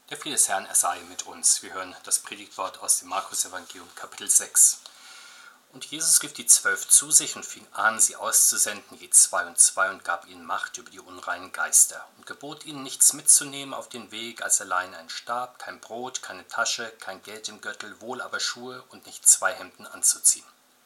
Der Friede des Herrn, er sei mit uns. Wir hören das Predigtwort aus dem Markus-Evangelium, Kapitel 6. Und Jesus rief die 12 zu sich und fing an, sie auszusenden, je 2 und 2, und gab ihnen Macht über die unreinen Geister und gebot ihnen, nichts mitzunehmen auf den Weg, als allein einen Stab, kein Brot, keine Tasche, kein Geld im Gürtel, wohl aber Schuhe und nicht 2 Hemden anzuziehen.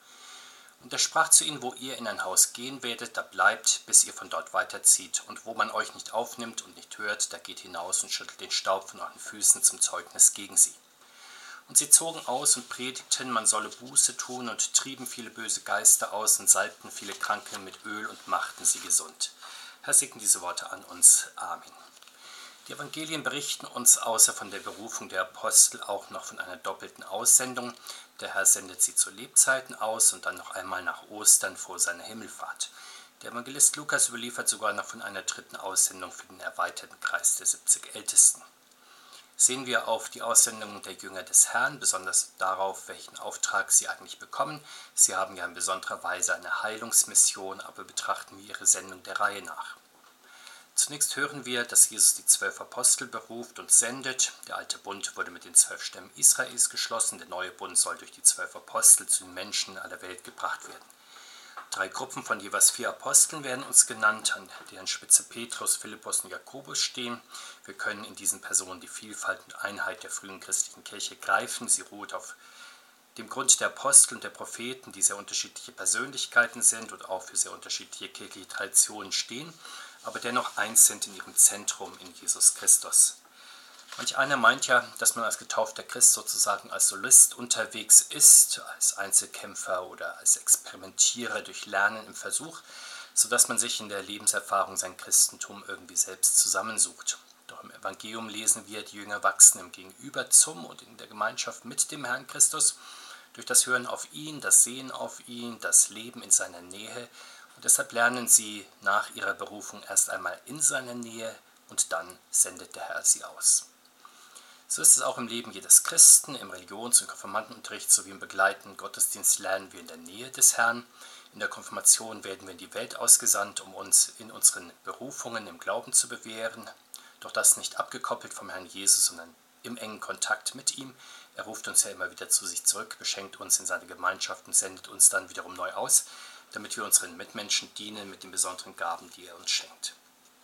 Und er sprach zu ihnen: Wo ihr in ein Haus gehen werdet, da bleibt, bis ihr von dort weiterzieht. Und wo man euch nicht aufnimmt und nicht hört, da geht hinaus und schüttelt den Staub von euren Füßen zum Zeugnis gegen sie. Und sie zogen aus und predigten, man solle Buße tun, und trieben viele böse Geister aus und salbten viele Kranke mit Öl und machten sie gesund. Herr, segne diese Worte an uns. Amen. Die Evangelien berichten uns außer von der Berufung der Apostel auch noch von einer doppelten Aussendung. Der Herr sendet sie zu Lebzeiten aus und dann noch einmal nach Ostern vor seiner Himmelfahrt. Der Evangelist Lukas überliefert sogar noch von einer dritten Aussendung für den erweiterten Kreis der 70 Ältesten. Sehen wir auf die Aussendung der Jünger des Herrn, besonders darauf, welchen Auftrag sie eigentlich bekommen. Sie haben ja in besonderer Weise eine Heilungsmission, aber betrachten wir ihre Sendung der Reihe nach. Zunächst hören wir, dass Jesus die 12 Apostel beruft und sendet. Der alte Bund wurde mit den 12 Stämmen Israels geschlossen. Der neue Bund soll durch die 12 Apostel zu den Menschen aller Welt gebracht werden. 3 Gruppen von jeweils 4 Aposteln werden uns genannt, an deren Spitze Petrus, Philippus und Jakobus stehen. Wir können in diesen Personen die Vielfalt und Einheit der frühen christlichen Kirche greifen. Sie ruht auf dem Grund der Apostel und der Propheten, die sehr unterschiedliche Persönlichkeiten sind und auch für sehr unterschiedliche kirchliche Traditionen stehen, aber dennoch eins sind in ihrem Zentrum in Jesus Christus. Manch einer meint ja, dass man als getaufter Christ sozusagen als Solist unterwegs ist, als Einzelkämpfer oder als Experimentierer durch Lernen im Versuch, sodass man sich in der Lebenserfahrung sein Christentum irgendwie selbst zusammensucht. Doch im Evangelium lesen wir, die Jünger wachsen im Gegenüber zum und in der Gemeinschaft mit dem Herrn Christus, durch das Hören auf ihn, das Sehen auf ihn, das Leben in seiner Nähe. Und deshalb lernen sie nach ihrer Berufung erst einmal in seiner Nähe und dann sendet der Herr sie aus. So ist es auch im Leben jedes Christen. Im Religions- und Konfirmandenunterricht sowie im begleitenden Gottesdienst lernen wir in der Nähe des Herrn. In der Konfirmation werden wir in die Welt ausgesandt, um uns in unseren Berufungen im Glauben zu bewähren. Doch das nicht abgekoppelt vom Herrn Jesus, sondern im engen Kontakt mit ihm. Er ruft uns ja immer wieder zu sich zurück, beschenkt uns in seine Gemeinschaft und sendet uns dann wiederum neu aus, damit wir unseren Mitmenschen dienen mit den besonderen Gaben, die er uns schenkt.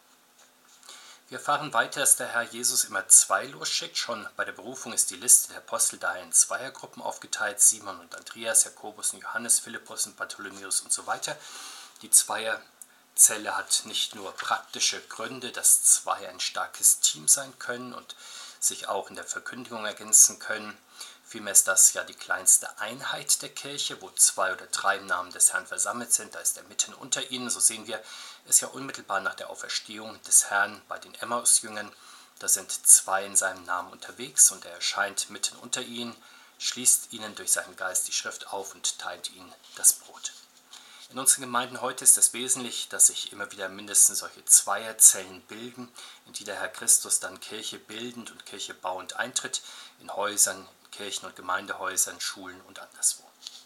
Wir erfahren weiter, dass der Herr Jesus immer 2 losschickt. Schon bei der Berufung ist die Liste der Apostel daher in 2er-Gruppen aufgeteilt: Simon und Andreas, Jakobus und Johannes, Philippus und Bartholomäus und so weiter. Die Zweierzelle hat nicht nur praktische Gründe, dass 2 ein starkes Team sein können und sich auch in der Verkündigung ergänzen können. Vielmehr ist das ja die kleinste Einheit der Kirche, wo 2 oder 3 im Namen des Herrn versammelt sind. Da ist er mitten unter ihnen. So sehen wir es ja unmittelbar nach der Auferstehung des Herrn bei den Emmaus-Jüngern. Da sind 2 in seinem Namen unterwegs und er erscheint mitten unter ihnen, schließt ihnen durch seinen Geist die Schrift auf und teilt ihnen das Brot. In unseren Gemeinden heute ist es wesentlich, dass sich immer wieder mindestens solche Zweierzellen bilden, in die der Herr Christus dann Kirche bildend und Kirche bauend eintritt, in Häusern, Kirchen- und Gemeindehäusern, Schulen und anderswo.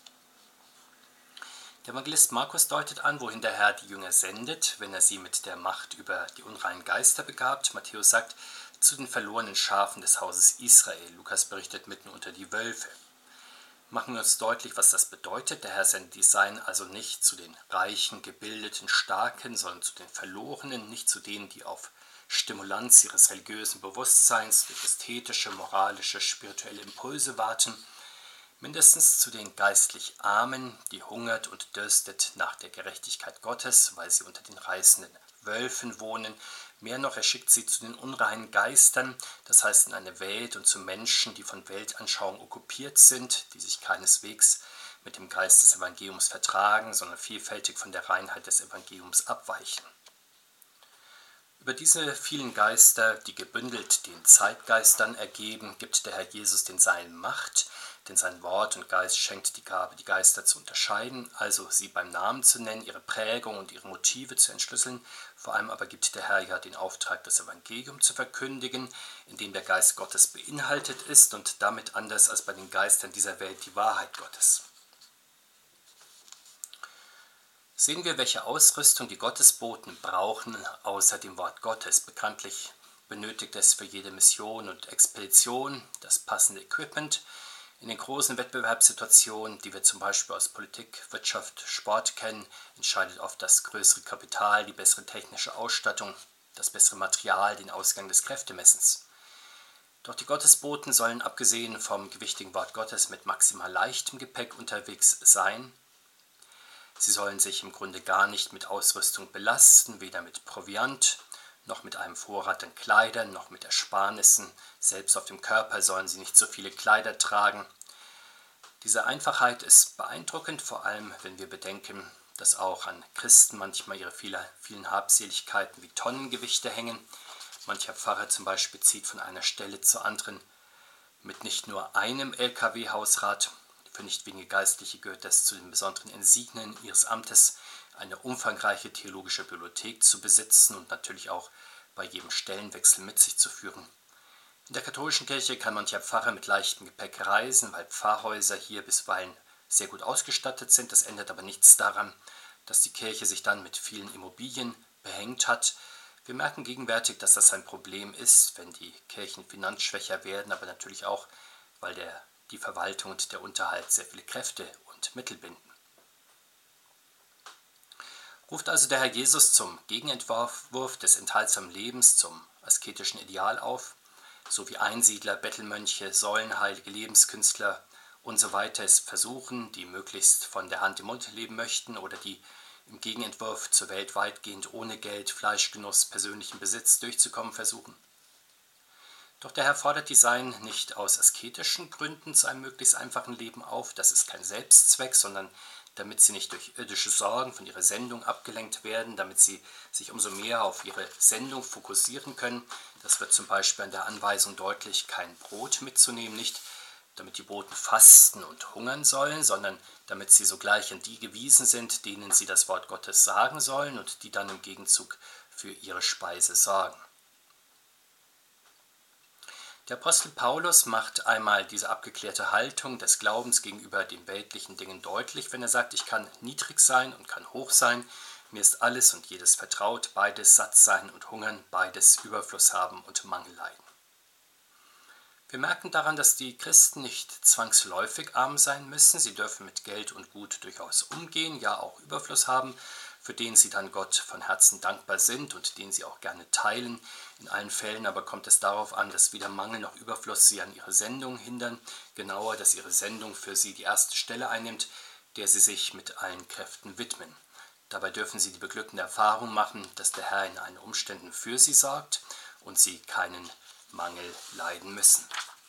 Der Evangelist Markus deutet an, wohin der Herr die Jünger sendet, wenn er sie mit der Macht über die unreinen Geister begabt. Matthäus sagt, zu den verlorenen Schafen des Hauses Israel. Lukas berichtet, mitten unter die Wölfe. Machen wir uns deutlich, was das bedeutet. Der Herr sendet die Seinen also nicht zu den reichen, gebildeten, starken, sondern zu den Verlorenen, nicht zu denen, die auf Stimulanz ihres religiösen Bewusstseins durch ästhetische, moralische, spirituelle Impulse warten, mindestens zu den geistlich Armen, die hungert und dürstet nach der Gerechtigkeit Gottes, weil sie unter den reißenden Wölfen wohnen. Mehr noch, er schickt sie zu den unreinen Geistern, das heißt in eine Welt und zu Menschen, die von Weltanschauung okkupiert sind, die sich keineswegs mit dem Geist des Evangeliums vertragen, sondern vielfältig von der Reinheit des Evangeliums abweichen. Über diese vielen Geister, die gebündelt den Zeitgeistern ergeben, gibt der Herr Jesus den Seinen Macht, denn sein Wort und Geist schenkt die Gabe, die Geister zu unterscheiden, also sie beim Namen zu nennen, ihre Prägung und ihre Motive zu entschlüsseln. Vor allem aber gibt der Herr ja den Auftrag, das Evangelium zu verkündigen, in dem der Geist Gottes beinhaltet ist und damit anders als bei den Geistern dieser Welt die Wahrheit Gottes. Sehen wir, welche Ausrüstung die Gottesboten brauchen, außer dem Wort Gottes. Bekanntlich benötigt es für jede Mission und Expedition das passende Equipment. In den großen Wettbewerbssituationen, die wir zum Beispiel aus Politik, Wirtschaft, Sport kennen, entscheidet oft das größere Kapital, die bessere technische Ausstattung, das bessere Material, den Ausgang des Kräftemessens. Doch die Gottesboten sollen abgesehen vom gewichtigen Wort Gottes mit maximal leichtem Gepäck unterwegs sein. Sie sollen sich im Grunde gar nicht mit Ausrüstung belasten, weder mit Proviant, noch mit einem Vorrat an Kleidern, noch mit Ersparnissen. Selbst auf dem Körper sollen sie nicht so viele Kleider tragen. Diese Einfachheit ist beeindruckend, vor allem wenn wir bedenken, dass auch an Christen manchmal ihre vielen Habseligkeiten wie Tonnengewichte hängen. Mancher Pfarrer zum Beispiel zieht von einer Stelle zur anderen mit nicht nur einem LKW-Hausrat. Für nicht wenige Geistliche gehört es zu den besonderen Insignien ihres Amtes, eine umfangreiche theologische Bibliothek zu besitzen und natürlich auch bei jedem Stellenwechsel mit sich zu führen. In der katholischen Kirche kann mancher Pfarrer mit leichtem Gepäck reisen, weil Pfarrhäuser hier bisweilen sehr gut ausgestattet sind. Das ändert aber nichts daran, dass die Kirche sich dann mit vielen Immobilien behängt hat. Wir merken gegenwärtig, dass das ein Problem ist, wenn die Kirchen finanzschwächer werden, aber natürlich auch, weil die Verwaltung und der Unterhalt sehr viele Kräfte und Mittel binden. Ruft also der Herr Jesus zum Gegenentwurf des enthaltsamen Lebens, zum asketischen Ideal auf, so wie Einsiedler, Bettelmönche, Säulenheilige, Lebenskünstler und so weiter es versuchen, die möglichst von der Hand im Mund leben möchten oder die im Gegenentwurf zur Welt weitgehend ohne Geld, Fleischgenuss, persönlichen Besitz durchzukommen versuchen. Doch der Herr fordert die Seinen nicht aus asketischen Gründen zu einem möglichst einfachen Leben auf. Das ist kein Selbstzweck, sondern damit sie nicht durch irdische Sorgen von ihrer Sendung abgelenkt werden, damit sie sich umso mehr auf ihre Sendung fokussieren können. Das wird zum Beispiel an der Anweisung deutlich, kein Brot mitzunehmen, nicht damit die Boten fasten und hungern sollen, sondern damit sie sogleich an die gewiesen sind, denen sie das Wort Gottes sagen sollen und die dann im Gegenzug für ihre Speise sorgen. Der Apostel Paulus macht einmal diese abgeklärte Haltung des Glaubens gegenüber den weltlichen Dingen deutlich, wenn er sagt, ich kann niedrig sein und kann hoch sein, mir ist alles und jedes vertraut, beides satt sein und hungern, beides Überfluss haben und Mangel leiden. Wir merken daran, dass die Christen nicht zwangsläufig arm sein müssen, sie dürfen mit Geld und Gut durchaus umgehen, ja auch Überfluss haben, für den sie dann Gott von Herzen dankbar sind und den sie auch gerne teilen. In allen Fällen aber kommt es darauf an, dass weder Mangel noch Überfluss sie an ihrer Sendung hindern, genauer, dass ihre Sendung für sie die erste Stelle einnimmt, der sie sich mit allen Kräften widmen. Dabei dürfen sie die beglückende Erfahrung machen, dass der Herr in allen Umständen für sie sorgt und sie keinen Mangel leiden müssen.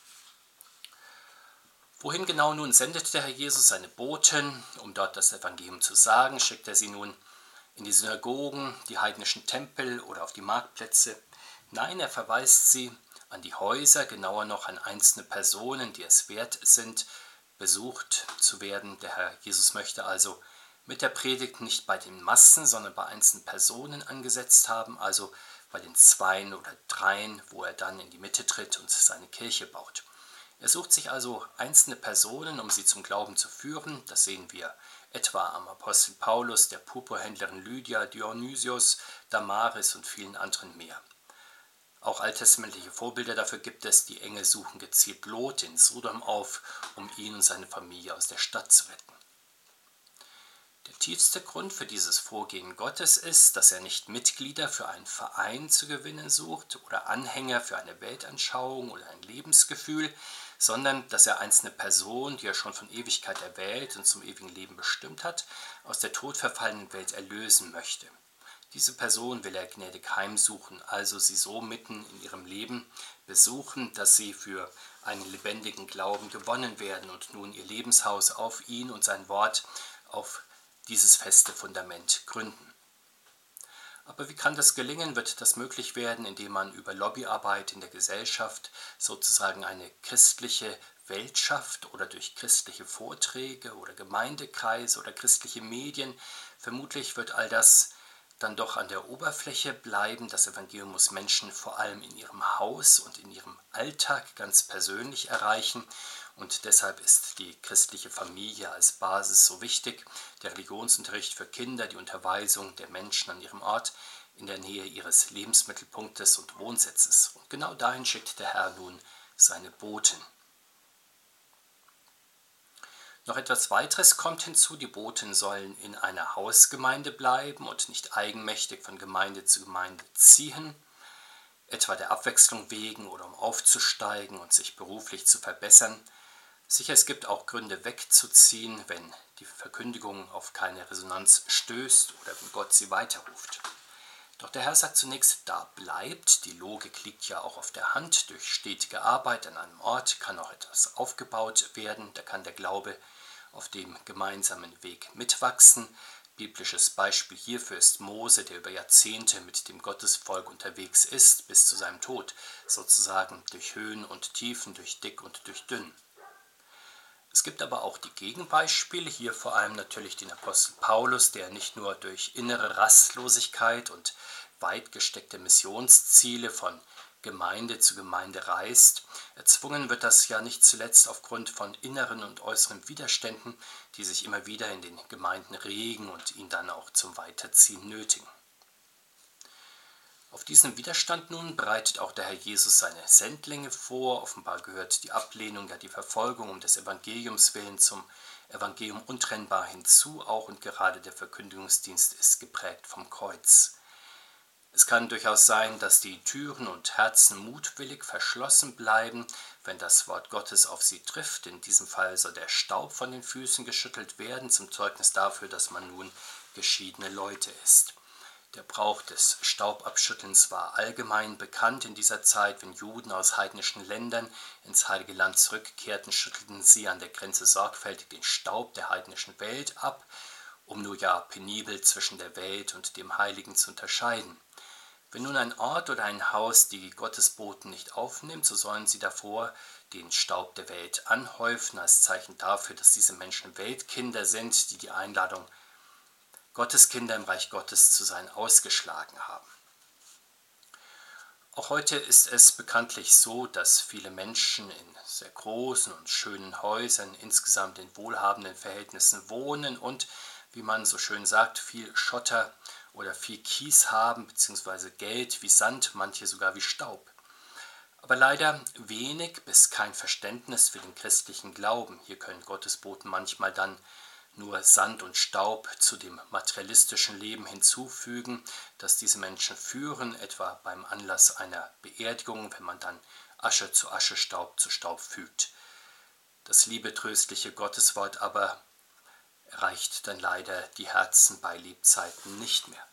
Wohin genau nun sendet der Herr Jesus seine Boten, um dort das Evangelium zu sagen? Schickt er sie nun in die Synagogen, die heidnischen Tempel oder auf die Marktplätze? Nein, er verweist sie an die Häuser, genauer noch an einzelne Personen, die es wert sind, besucht zu werden. Der Herr Jesus möchte also mit der Predigt nicht bei den Massen, sondern bei einzelnen Personen angesetzt haben, also bei den Zweien oder Dreien, wo er dann in die Mitte tritt und seine Kirche baut. Er sucht sich also einzelne Personen, um sie zum Glauben zu führen. Das sehen wir etwa am Apostel Paulus, der Purpurhändlerin Lydia, Dionysius, Damaris und vielen anderen mehr. Auch alttestamentliche Vorbilder dafür gibt es. Die Engel suchen gezielt Lot in Sodom auf, um ihn und seine Familie aus der Stadt zu retten. Der tiefste Grund für dieses Vorgehen Gottes ist, dass er nicht Mitglieder für einen Verein zu gewinnen sucht oder Anhänger für eine Weltanschauung oder ein Lebensgefühl, sondern dass er einzelne Personen, die er schon von Ewigkeit erwählt und zum ewigen Leben bestimmt hat, aus der todverfallenen Welt erlösen möchte. Diese Person will er gnädig heimsuchen, also sie so mitten in ihrem Leben besuchen, dass sie für einen lebendigen Glauben gewonnen werden und nun ihr Lebenshaus auf ihn und sein Wort, auf dieses feste Fundament gründen. Aber wie kann das gelingen? Wird das möglich werden, indem man über Lobbyarbeit in der Gesellschaft sozusagen eine christliche Welt schafft oder durch christliche Vorträge oder Gemeindekreise oder christliche Medien? Vermutlich wird all das dann doch an der Oberfläche bleiben. Das Evangelium muss Menschen vor allem in ihrem Haus und in ihrem Alltag ganz persönlich erreichen. Und deshalb ist die christliche Familie als Basis so wichtig. Der Religionsunterricht für Kinder, die Unterweisung der Menschen an ihrem Ort. in der Nähe ihres Lebensmittelpunktes und Wohnsitzes. Und genau dahin schickt der Herr nun seine Boten. Noch etwas weiteres kommt hinzu: Die Boten sollen in einer Hausgemeinde bleiben und nicht eigenmächtig von Gemeinde zu Gemeinde ziehen, etwa der Abwechslung wegen oder um aufzusteigen und sich beruflich zu verbessern. Sicher, es gibt auch Gründe wegzuziehen, wenn die Verkündigung auf keine Resonanz stößt oder wenn Gott sie weiterruft. Doch der Herr sagt zunächst, da bleibt. Die Logik liegt ja auch auf der Hand. Durch stetige Arbeit an einem Ort kann auch etwas aufgebaut werden. Da kann der Glaube auf dem gemeinsamen Weg mitwachsen. Biblisches Beispiel hierfür ist Mose, der über Jahrzehnte mit dem Gottesvolk unterwegs ist, bis zu seinem Tod, sozusagen durch Höhen und Tiefen, durch dick und durch dünn. Es gibt aber auch die Gegenbeispiele, hier vor allem natürlich den Apostel Paulus, der nicht nur durch innere Rastlosigkeit und weit gesteckte Missionsziele von Gemeinde zu Gemeinde reist. Erzwungen wird das ja nicht zuletzt aufgrund von inneren und äußeren Widerständen, die sich immer wieder in den Gemeinden regen und ihn dann auch zum Weiterziehen nötigen. Auf diesen Widerstand nun bereitet auch der Herr Jesus seine Sendlinge vor. Offenbar gehört die Ablehnung, ja die Verfolgung um des Evangeliums willen zum Evangelium untrennbar hinzu. Auch und gerade der Verkündigungsdienst ist geprägt vom Kreuz. Es kann durchaus sein, dass die Türen und Herzen mutwillig verschlossen bleiben, wenn das Wort Gottes auf sie trifft. In diesem Fall soll der Staub von den Füßen geschüttelt werden, zum Zeugnis dafür, dass man nun geschiedene Leute ist. Der Brauch des Staubabschüttelns war allgemein bekannt in dieser Zeit. Wenn Juden aus heidnischen Ländern ins Heilige Land zurückkehrten, schüttelten sie an der Grenze sorgfältig den Staub der heidnischen Welt ab, um nur ja penibel zwischen der Welt und dem Heiligen zu unterscheiden. Wenn nun ein Ort oder ein Haus die Gottesboten nicht aufnimmt, so sollen sie davor den Staub der Welt anhäufen, als Zeichen dafür, dass diese Menschen Weltkinder sind, die die Einladung, Gotteskinder im Reich Gottes zu sein, ausgeschlagen haben. Auch heute ist es bekanntlich so, dass viele Menschen in sehr großen und schönen Häusern, insgesamt in wohlhabenden Verhältnissen wohnen und, wie man so schön sagt, viel Schotter oder viel Kies haben, beziehungsweise Geld wie Sand, manche sogar wie Staub. Aber leider wenig bis kein Verständnis für den christlichen Glauben. Hier können Gottesboten manchmal dann nur Sand und Staub zu dem materialistischen Leben hinzufügen, das diese Menschen führen, etwa beim Anlass einer Beerdigung, wenn man dann Asche zu Asche, Staub zu Staub fügt. Das liebe, tröstliche Gotteswort aber erreicht dann leider die Herzen bei Lebzeiten nicht mehr.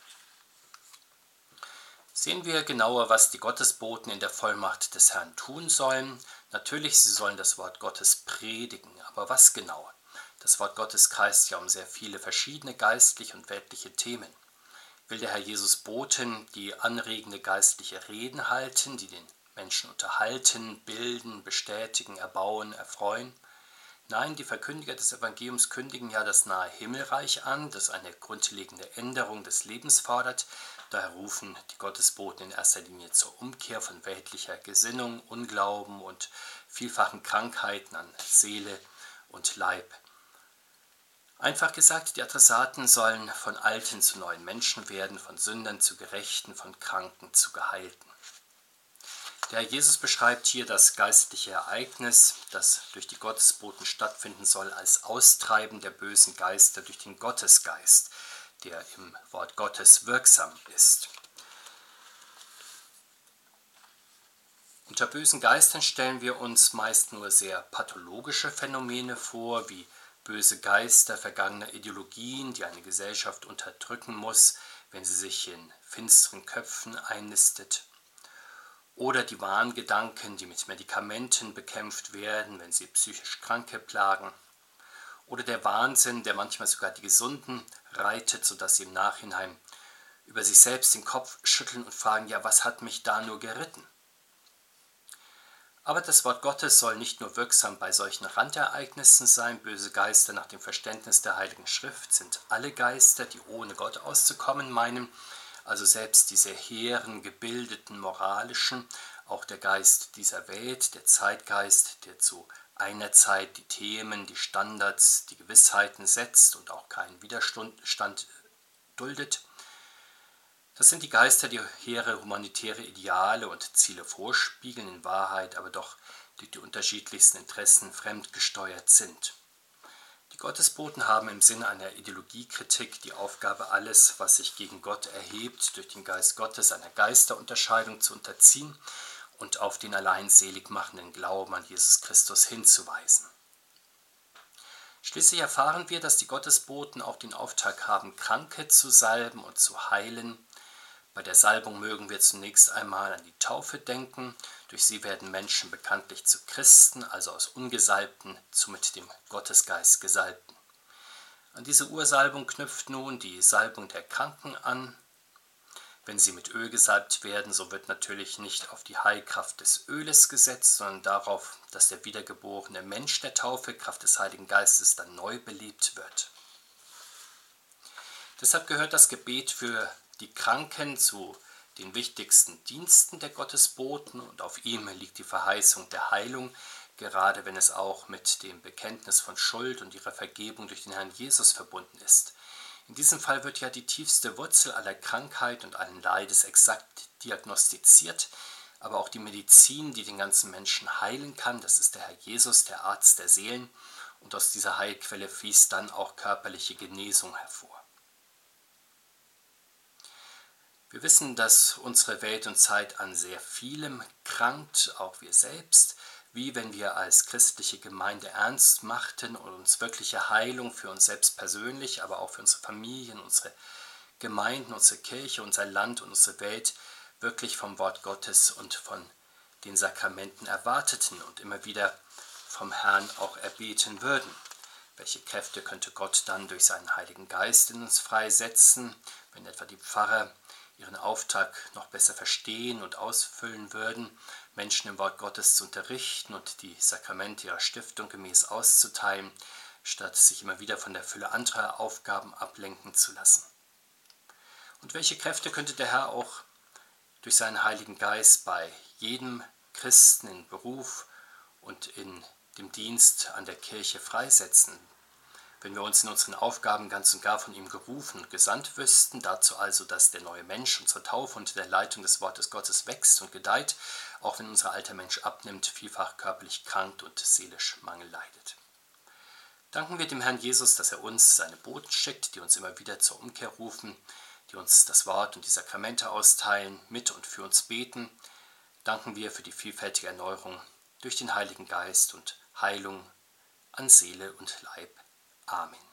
Sehen wir genauer, was die Gottesboten in der Vollmacht des Herrn tun sollen. Natürlich, sie sollen das Wort Gottes predigen, aber was genau? Das Wort Gottes kreist ja um sehr viele verschiedene geistliche und weltliche Themen. Will der Herr Jesus Boten, die anregende geistliche Reden halten, die den Menschen unterhalten, bilden, bestätigen, erbauen, erfreuen? Nein, die Verkündiger des Evangeliums kündigen ja das nahe Himmelreich an, das eine grundlegende Änderung des Lebens fordert. Daher rufen die Gottesboten in erster Linie zur Umkehr von weltlicher Gesinnung, Unglauben und vielfachen Krankheiten an Seele und Leib. Einfach gesagt, die Adressaten sollen von Alten zu neuen Menschen werden, von Sündern zu Gerechten, von Kranken zu Geheilten. Der Herr Jesus beschreibt hier das geistliche Ereignis, das durch die Gottesboten stattfinden soll, als Austreiben der bösen Geister durch den Gottesgeist, der im Wort Gottes wirksam ist. Unter bösen Geistern stellen wir uns meist nur sehr pathologische Phänomene vor, wie böse Geister vergangener Ideologien, die eine Gesellschaft unterdrücken muss, wenn sie sich in finsteren Köpfen einnistet. Oder die Wahngedanken, die mit Medikamenten bekämpft werden, wenn sie psychisch Kranke plagen. Oder der Wahnsinn, der manchmal sogar die Gesunden reitet, sodass sie im Nachhinein über sich selbst den Kopf schütteln und fragen, ja, was hat mich da nur geritten? Aber das Wort Gottes soll nicht nur wirksam bei solchen Randereignissen sein. Böse Geister nach dem Verständnis der Heiligen Schrift sind alle Geister, die ohne Gott auszukommen meinen, also selbst die sehr hehren, gebildeten, moralischen, auch der Geist dieser Welt, der Zeitgeist, der zu einer Zeit die Themen, die Standards, die Gewissheiten setzt und auch keinen Widerstand duldet. Das sind die Geister, die hehre humanitäre Ideale und Ziele vorspiegeln, in Wahrheit aber doch durch die unterschiedlichsten Interessen fremdgesteuert sind. Die Gottesboten haben im Sinne einer Ideologiekritik die Aufgabe, alles, was sich gegen Gott erhebt, durch den Geist Gottes einer Geisterunterscheidung zu unterziehen und auf den allein selig machenden Glauben an Jesus Christus hinzuweisen. Schließlich erfahren wir, dass die Gottesboten auch den Auftrag haben, Kranke zu salben und zu heilen. Bei der Salbung mögen wir zunächst einmal an die Taufe denken. Durch sie werden Menschen bekanntlich zu Christen, also aus Ungesalbten zu mit dem Gottesgeist Gesalbten. An diese Ursalbung knüpft nun die Salbung der Kranken an. Wenn sie mit Öl gesalbt werden, so wird natürlich nicht auf die Heilkraft des Öles gesetzt, sondern darauf, dass der wiedergeborene Mensch der Taufe Kraft des Heiligen Geistes dann neu belebt wird. Deshalb gehört das Gebet für die Kranken zu den wichtigsten Diensten der Gottesboten und auf ihm liegt die Verheißung der Heilung, gerade wenn es auch mit dem Bekenntnis von Schuld und ihrer Vergebung durch den Herrn Jesus verbunden ist. In diesem Fall wird ja die tiefste Wurzel aller Krankheit und allen Leides exakt diagnostiziert, aber auch die Medizin, die den ganzen Menschen heilen kann, das ist der Herr Jesus, der Arzt der Seelen, und aus dieser Heilquelle fließt dann auch körperliche Genesung hervor. Wir wissen, dass unsere Welt und Zeit an sehr vielem krankt, auch wir selbst, wie wenn wir als christliche Gemeinde ernst machten und uns wirkliche Heilung für uns selbst persönlich, aber auch für unsere Familien, unsere Gemeinden, unsere Kirche, unser Land und unsere Welt wirklich vom Wort Gottes und von den Sakramenten erwarteten und immer wieder vom Herrn auch erbeten würden. Welche Kräfte könnte Gott dann durch seinen Heiligen Geist in uns freisetzen, wenn etwa die Pfarrer ihren Auftrag noch besser verstehen und ausfüllen würden, Menschen im Wort Gottes zu unterrichten und die Sakramente ihrer Stiftung gemäß auszuteilen, statt sich immer wieder von der Fülle anderer Aufgaben ablenken zu lassen. Und welche Kräfte könnte der Herr auch durch seinen Heiligen Geist bei jedem Christen in Beruf und in dem Dienst an der Kirche freisetzen, wenn wir uns in unseren Aufgaben ganz und gar von ihm gerufen und gesandt wüssten, dazu also, dass der neue Mensch unsere Taufe unter der Leitung des Wortes Gottes wächst und gedeiht, auch wenn unser alter Mensch abnimmt, vielfach körperlich krank und seelisch Mangel leidet. Danken wir dem Herrn Jesus, dass er uns seine Boten schickt, die uns immer wieder zur Umkehr rufen, die uns das Wort und die Sakramente austeilen, mit und für uns beten. Danken wir für die vielfältige Erneuerung durch den Heiligen Geist und Heilung an Seele und Leib. Amen.